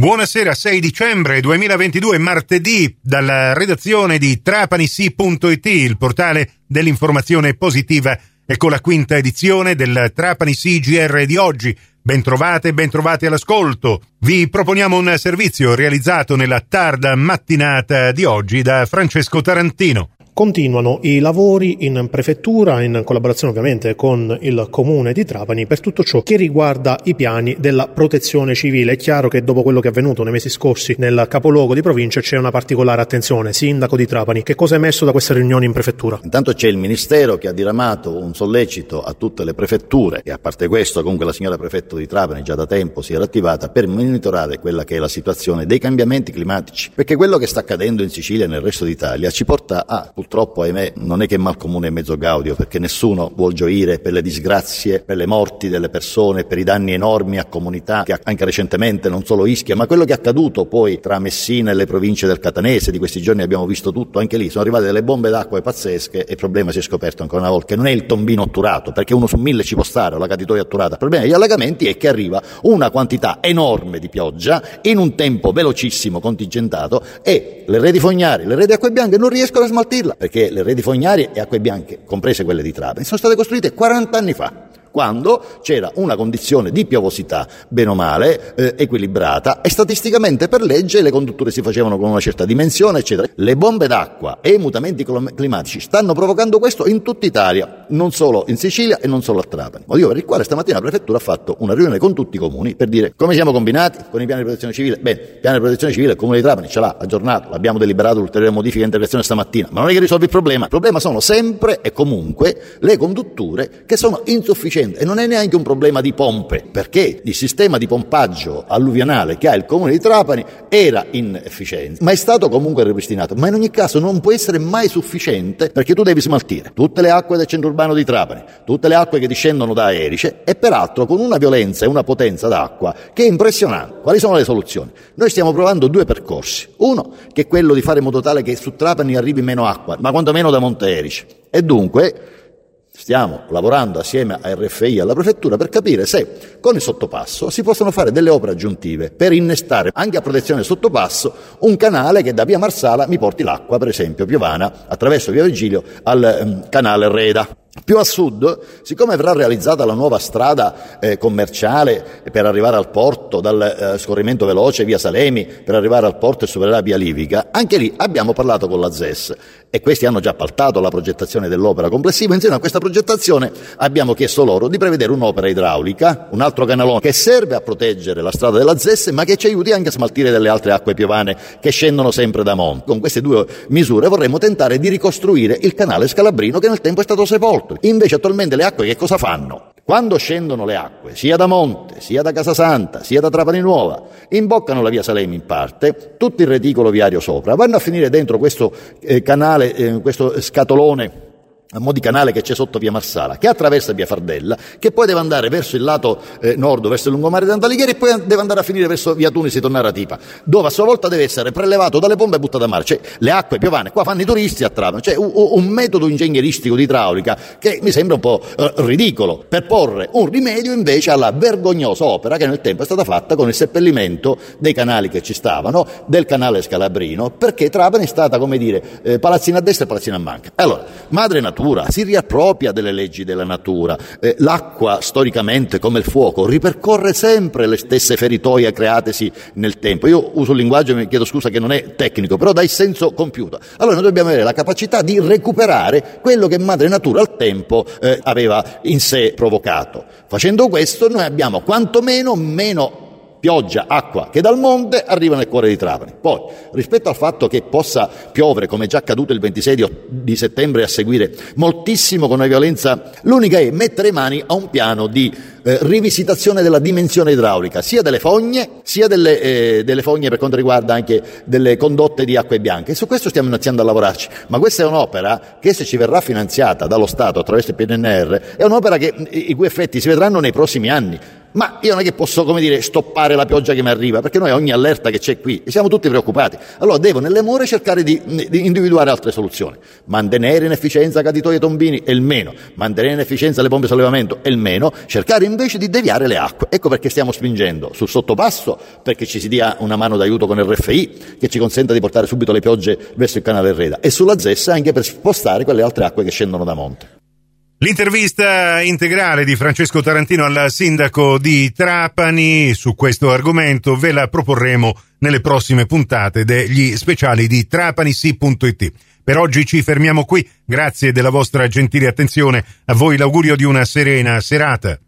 Buonasera, 6 dicembre 2022, martedì, dalla redazione di trapanisi.it, il portale dell'informazione positiva, e con la quinta edizione del Trapani CGR di oggi. Bentrovate all'ascolto. Vi proponiamo un servizio realizzato nella tarda mattinata di oggi da Francesco Tarantino. Continuano i lavori in prefettura, in collaborazione ovviamente con il comune di Trapani, per tutto ciò che riguarda i piani della protezione civile. È chiaro che dopo quello che è avvenuto nei mesi scorsi nel capoluogo di provincia c'è una particolare attenzione. Sindaco di Trapani, che cosa è emerso da queste riunioni in prefettura? Intanto c'è il Ministero che ha diramato un sollecito a tutte le prefetture, e a parte questo comunque la signora prefetto di Trapani già da tempo si era attivata per monitorare quella che è la situazione dei cambiamenti climatici, perché quello che sta accadendo in Sicilia e nel resto d'Italia ci porta a, purtroppo, ahimè, non è che mal comune e mezzo gaudio, perché nessuno vuol gioire per le disgrazie, per le morti delle persone, per i danni enormi a comunità che anche recentemente, non solo Ischia, ma quello che è accaduto poi tra Messina e le province del Catanese. Di questi giorni abbiamo visto tutto, anche lì sono arrivate delle bombe d'acqua pazzesche, e il problema si è scoperto ancora una volta che non è il tombino otturato, perché uno su 1000 ci può stare, o la caditoia otturata. Il problema degli allagamenti è che arriva una quantità enorme di pioggia in un tempo velocissimo, contingentato, e le reti fognarie, le reti acque bianche non riescono a smaltirla, perché le reti fognarie e acque bianche, comprese quelle di Trapani, sono state costruite 40 anni fa, quando c'era una condizione di piovosità bene o male equilibrata, e statisticamente per legge le condutture si facevano con una certa dimensione, eccetera. Le bombe d'acqua e i mutamenti climatici stanno provocando questo in tutta Italia, non solo in Sicilia e non solo a Trapani. Motivo per il quale stamattina la prefettura ha fatto una riunione con tutti i comuni per dire come siamo combinati con i piani di protezione civile. Bene, il piano di protezione civile il comune di Trapani ce l'ha aggiornato, l'abbiamo deliberato, ulteriori modifiche e integrazione stamattina, ma non è che risolve il problema. Il problema sono sempre e comunque le condutture che sono insufficienti. E non è neanche un problema di pompe, perché il sistema di pompaggio alluvionale che ha il comune di Trapani era inefficiente, ma è stato comunque ripristinato. Ma in ogni caso non può essere mai sufficiente, perché tu devi smaltire tutte le acque del centro urbano di Trapani, tutte le acque che discendono da Erice, e peraltro con una violenza e una potenza d'acqua che è impressionante. Quali sono le soluzioni? Noi stiamo provando due percorsi. Uno, che è quello di fare in modo tale che su Trapani arrivi meno acqua, ma quantomeno da Monte Erice, e dunque stiamo lavorando assieme a RFI e alla prefettura per capire se con il sottopasso si possono fare delle opere aggiuntive per innestare anche a protezione del sottopasso un canale che da via Marsala mi porti l'acqua, per esempio piovana, attraverso via Virgilio al canale Reda. Più a sud, siccome verrà realizzata la nuova strada commerciale per arrivare al porto, dal scorrimento veloce via Salemi per arrivare al porto e superare via Livica, anche lì abbiamo parlato con la ZES, e questi hanno già appaltato la progettazione dell'opera complessiva. Insieme a questa progettazione abbiamo chiesto loro di prevedere un'opera idraulica, un altro canalone che serve a proteggere la strada della ZES, ma che ci aiuti anche a smaltire delle altre acque piovane che scendono sempre da monte. Con queste due misure vorremmo tentare di ricostruire il canale Scalabrino, che nel tempo è stato sepolto. Invece attualmente le acque che cosa fanno? Quando scendono le acque, sia da Monte, sia da Casasanta, sia da Trapani Nuova, imboccano la via Salemi in parte, tutto il reticolo viario sopra, vanno a finire dentro questo canale, questo scatolone a mo' di canale che c'è sotto via Marsala, che attraversa via Fardella, che poi deve andare verso il lato nord, verso il lungomare di Antalighieri, e poi deve andare a finire verso via Tunisi e tornare a Tipa, dove a sua volta deve essere prelevato dalle pompe e buttato a mare. Cioè, le acque piovane qua fanno i turisti a Trapani. Cioè, un metodo ingegneristico di idraulica che mi sembra un po' ridicolo, per porre un rimedio invece alla vergognosa opera che nel tempo è stata fatta con il seppellimento dei canali che ci stavano, del canale Scalabrino, perché Trapani è stata, come dire, palazzina a destra e palazzina a manca. Allora, madre natura si riappropria delle leggi della natura. L'acqua, storicamente, come il fuoco, ripercorre sempre le stesse feritoie createsi nel tempo. Io uso un linguaggio, mi chiedo scusa, che non è tecnico, però dà il senso compiuto. Allora noi dobbiamo avere la capacità di recuperare quello che madre natura al tempo aveva in sé provocato. Facendo questo noi abbiamo quantomeno meno pioggia, acqua che dal monte arriva nel cuore di Trapani. Poi, rispetto al fatto che possa piovere, come già accaduto il 26 di settembre a seguire, moltissimo con una violenza, l'unica è mettere mani a un piano di rivisitazione della dimensione idraulica, sia delle fogne, sia delle fogne per quanto riguarda anche delle condotte di acque bianche. E su questo stiamo iniziando a lavorarci, ma questa è un'opera che, se ci verrà finanziata dallo Stato attraverso il PNRR, è un'opera che i cui effetti si vedranno nei prossimi anni. ma io non è che posso, stoppare la pioggia che mi arriva, perché noi ogni allerta che c'è qui, e siamo tutti preoccupati, allora devo nelle more cercare di individuare altre soluzioni, mantenere in efficienza caditoie e tombini è il meno, mantenere in efficienza le pompe di sollevamento è il meno, cercare invece di deviare le acque. Ecco perché stiamo spingendo sul sottopasso, perché ci si dia una mano d'aiuto con il RFI che ci consenta di portare subito le piogge verso il canale Reda, e sulla ZES anche per spostare quelle altre acque che scendono da monte. L'intervista integrale di Francesco Tarantino al sindaco di Trapani su questo argomento ve la proporremo nelle prossime puntate degli speciali di trapanisi.it. Per oggi ci fermiamo qui, grazie della vostra gentile attenzione, a voi l'augurio di una serena serata.